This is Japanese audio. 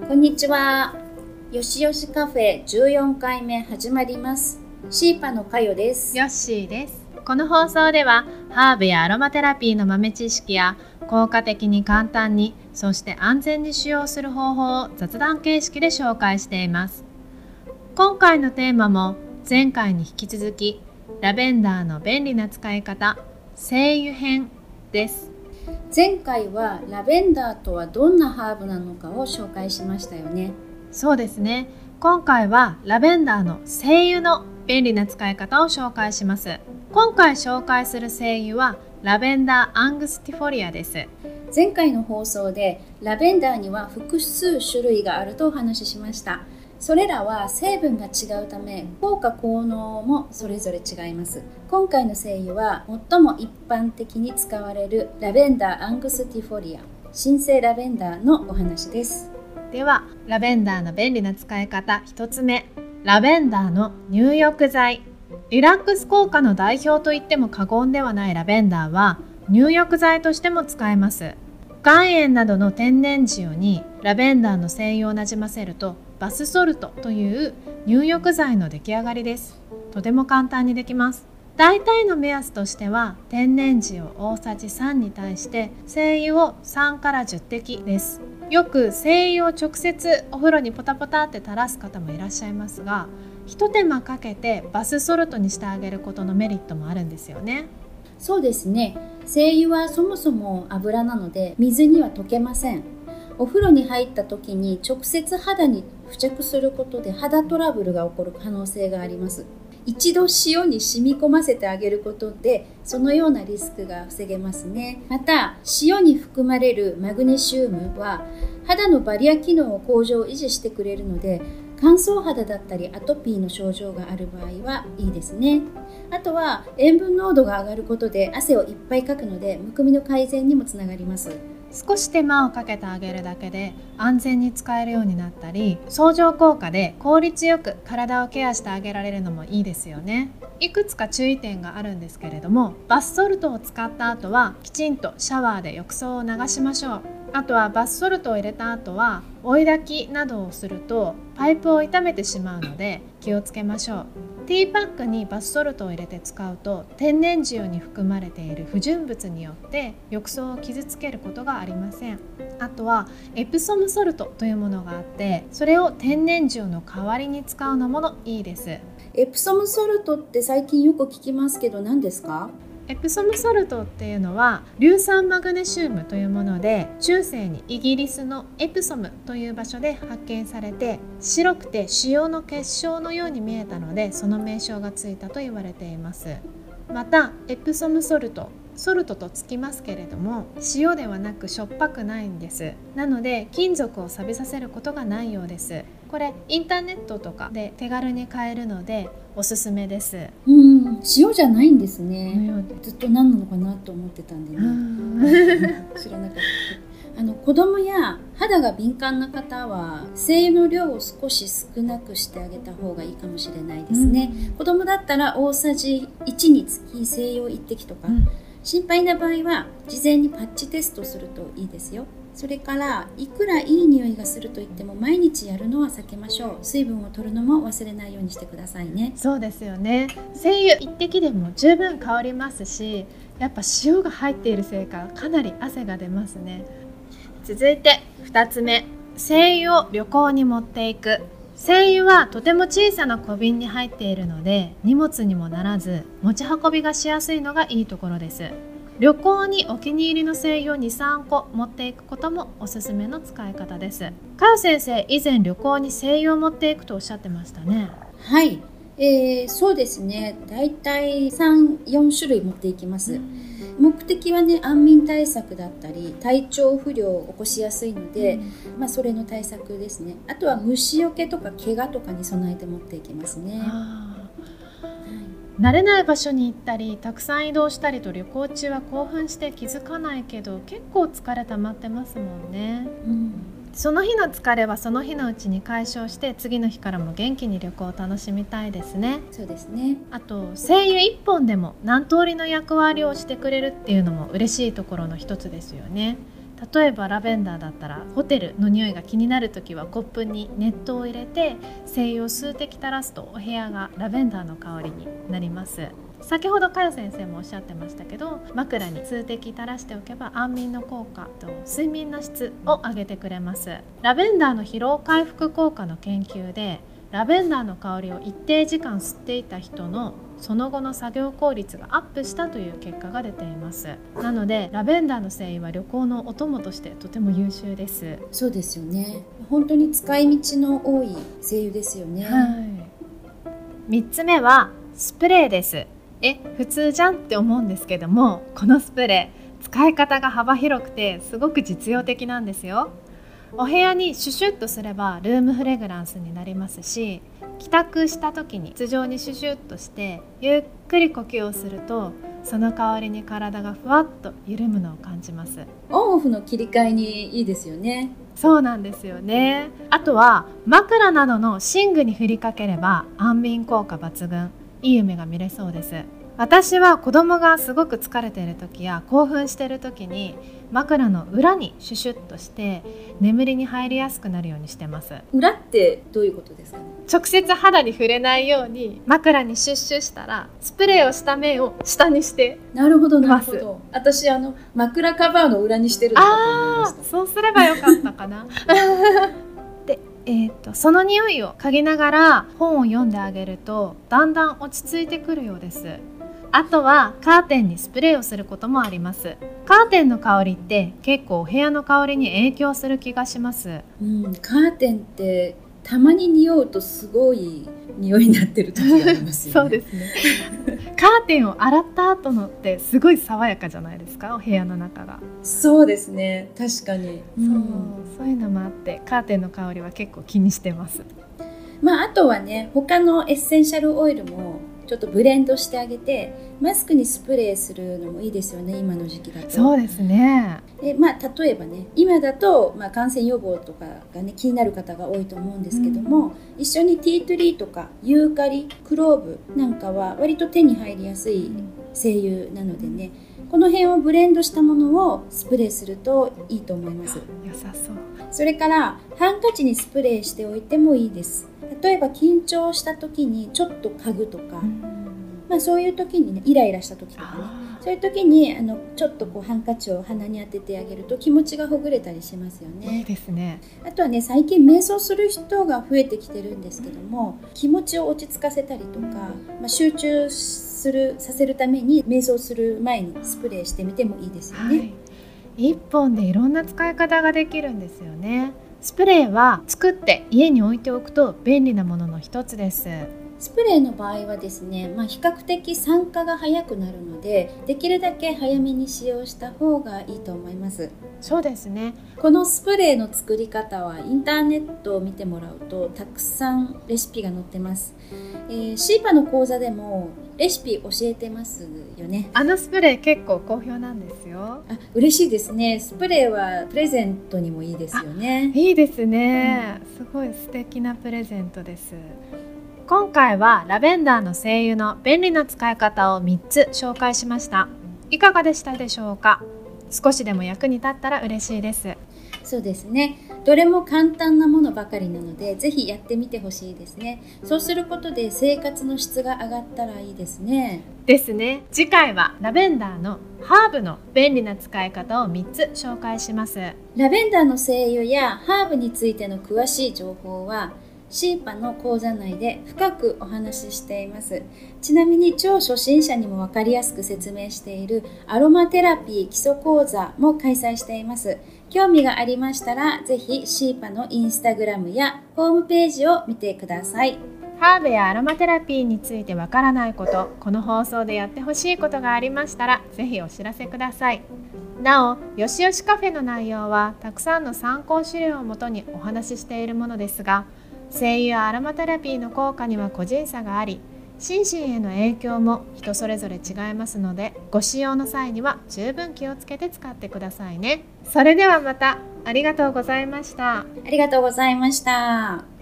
こんにちは。よしよしカフェ14回目始まります。シーパのかよです。 ヨッシーです。この放送ではハーブやアロマテラピーの豆知識や効果的に簡単に、そして安全に使用する方法を雑談形式で紹介しています。今回のテーマも前回に引き続きラベンダーの便利な使い方精油編です。 前回はラベンダーとはどんなハーブなのかを紹介しましたよね。 そうですね。今回はラベンダーの精油の便利な使い方を紹介します。今回紹介する精油はラベンダーアングスティフォリアです。 前回の放送でラベンダーには複数種類があるとお話ししました。それらは成分が違うため効果効能もそれぞれ違います。今回の精油は最も一般的に使われるラベンダーアングスティフォリア新生ラベンダーのお話です。 ではラベンダーの便利な使い方1つ目、ラベンダーの入浴剤。リラックス効果の代表といっても過言ではないラベンダーは入浴剤としても使えます。岩塩などの天然塩にラベンダーの精油をなじませるとバスソルトという入浴剤の出来上がりです。とても簡単にできます。大体の目安としては天然塩大さじ3に対して精油を3から10滴です。よく精油を直接お風呂にポタポタって垂らす方もいらっしゃいますが、一手間かけてバスソルトにしてあげることのメリットもあるんですよね。 そうですね。精油はそもそも油なので水には溶けません。お風呂に入った時に直接肌に付着することで肌トラブルが起こる可能性があります。一度塩に染み込ませてあげることでそのようなリスクが防げますね。また塩に含まれるマグネシウムは肌のバリア機能を向上維持してくれるので、乾燥肌だったりアトピーの症状がある場合はいいですね。あとは塩分濃度が上がることで汗をいっぱいかくのでむくみの改善にもつながります。 少し手間をかけてあげるだけで安全に使えるようになったり、相乗効果で効率よく体をケアしてあげられるのもいいですよね。いくつか注意点があるんですけれども、バスソルトを使った後はきちんとシャワーで浴槽を流しましょう。あとはバスソルトを入れた後は追い炊きなどをするとパイプを傷めてしまうので気をつけましょう。ティーパックにバスソルトを入れて使うと天然塩に含まれている不純物によって浴槽を傷つけることがありません。あとはエプソムソルトというものがあって、それを天然塩の代わりに使うのもいいです。 エプソムソルトって最近よく聞きますけど何ですか？ エプソムソルトっていうのは硫酸マグネシウムというもので、中世にイギリスのエプソムという場所で発見されて、白くて塩の結晶のように見えたのでその名称がついたと言われています。またエプソムソルト、ソルトとつきますけれども塩ではなくしょっぱくないんです。なので金属を錆びさせることがないようです。これインターネットとかで手軽に買えるのでおすすめです。 塩じゃないんですね。ずっと何なのかなと思ってたんでね知らなかった。子供や肌が敏感な方は精油の量を少し少なくしてあげた方がいいかもしれないですね。子供だったら大さじ1につき精油1滴とか、心配な場合は事前にパッチテストするといいですよ。それからいくらいい匂いがするといっても毎日やるのは避けましょう。水分を取るのも忘れないようにしてくださいね。 そうですよね。精油1滴でも十分香りますし、やっぱ塩が入っているせいかかなり汗が出ますね。続いて2つ目、精油を旅行に持っていく。精油はとても小さな小瓶に入っているので荷物にもならず持ち運びがしやすいのがいいところです。旅行にお気に入りの精油を 2,3 個持っていくこともおすすめの使い方です。かよ先生、以前旅行に精油を持っていくとおっしゃってましたね。 はい、そうですね。だいたい 3,4 種類持っていきます。目的はね、安眠対策だったり体調不良を起こしやすいので、それの対策ですね。あとは虫除けとか怪我とかに備えて持っていきますね。 慣れない場所に行ったりたくさん移動したりと旅行中は興奮して気づかないけど結構疲れ溜まってますもんね。その日の疲れはその日のうちに解消して次の日からも元気に旅行を楽しみたいですね。 そうですね。 あと精油1本でも何通りの役割をしてくれるっていうのも嬉しいところの一つですよね。 例えばラベンダーだったらホテルの匂いが気になるときはコップに熱湯を入れて精油を数滴垂らすとお部屋がラベンダーの香りになります。先ほどかよ先生もおっしゃってましたけど、枕に数滴垂らしておけば安眠の効果と睡眠の質を上げてくれます。ラベンダーの疲労回復効果の研究で、ラベンダーの香りを一定時間吸っていた人のその後の作業効率がアップしたという結果が出ています。なのでラベンダーの精油は旅行のお供としてとても優秀です。 そうですよね。本当に使い道の多い精油ですよね。 3つ目はスプレーです。普通じゃんって思うんですけども、このスプレー使い方が幅広くてすごく実用的なんですよ。お部屋にシュシュッとすればルームフレグランスになりますし、帰宅した時に筒状にシュシュッとしてゆっくり呼吸をすると、その香りに体がふわっと緩むのを感じます。 オンオフの切り替えにいいですよね。 そうなんですよね。あとは枕などの寝具に振りかければ安眠効果抜群、いい夢が見れそうです。私は子供がすごく疲れている時や興奮している時に枕の裏にシュシュッとして眠りに入りやすくなるようにしてます。 裏ってどういうことですかね。 直接肌に触れないように枕にシュッシュしたらスプレーをした面を下にしてます。 なるほどなるほど。私枕カバーの裏にしてるのかと思いました。 そうすればよかったかなで、その匂いを嗅ぎながら本を読んであげるとだんだん落ち着いてくるようです。あとはカーテンにスプレーをすることもあります。カーテンの香りって結構お部屋の香りに影響する気がします。 カーテンってたまに匂うとすごい匂いになってる時がありますよね。 そうですねカーテンを洗った後のってすごい爽やかじゃないですか、お部屋の中が。 そうですね、確かに、 そういうのもあってカーテンの香りは結構気にしてます。 あとはね、他のエッセンシャルオイルもちょっとブレンドしてあげてマスクにスプレーするのもいいですよね、今の時期だと。 そうですね。 で例えばね、今だと、感染予防とかがね気になる方が多いと思うんですけども、一緒にティートリーとかユーカリ、クローブなんかは割と手に入りやすい精油なのでね、この辺をブレンドしたものをスプレーするといいと思います。 良さそう。 それからハンカチにスプレーしておいてもいいです。例えば緊張した時にちょっと嗅ぐとか、そういう時にね、イライラした時とかね、そういう時にちょっとハンカチを鼻に当ててあげると気持ちがほぐれたりしますよね。 いいですね。 あとはね、最近瞑想する人が増えてきてるんですけども、気持ちを落ち着かせたりとか、集中させるために瞑想する前にスプレーしてみてもいいですよね。 一本でいろんな使い方ができるんですよね。スプレーは作って家に置いておくと便利なものの一つです。 スプレーの場合はですね、比較的酸化が早くなるので、できるだけ早めに使用した方がいいと思います。 そうですね。 このスプレーの作り方はインターネットを見てもらうとたくさんレシピが載ってます。シーパの講座でもレシピ教えてますよね。 スプレー結構好評なんですよ。 嬉しいですね。スプレーはプレゼントにもいいですよね。 いいですね、すごい素敵なプレゼントです。今回はラベンダーの精油の便利な使い方を3つ紹介しました。いかがでしたでしょうか。少しでも役に立ったら嬉しいです。 そうですね、どれも簡単なものばかりなのでぜひやってみてほしいですね。そうすることで生活の質が上がったらいいですね。 ですね。次回はラベンダーのハーブの便利な使い方を3つ紹介します。 ラベンダーの精油やハーブについての詳しい情報はシーパの講座内で深くお話ししています。ちなみに超初心者にも分かりやすく説明しているアロマテラピー基礎講座も開催しています。興味がありましたらぜひシーパのインスタグラムやホームページを見てください。 ハーブやアロマテラピーについてわからないこと、この放送でやってほしいことがありましたらぜひお知らせください。なお、よしよしカフェの内容はたくさんの参考資料をもとにお話ししているものですが、精油やアロマテラピーの効果には個人差があり、心身への影響も人それぞれ違いますので、ご使用の際には十分気をつけて使ってくださいね。それではまた。ありがとうございました。 ありがとうございました。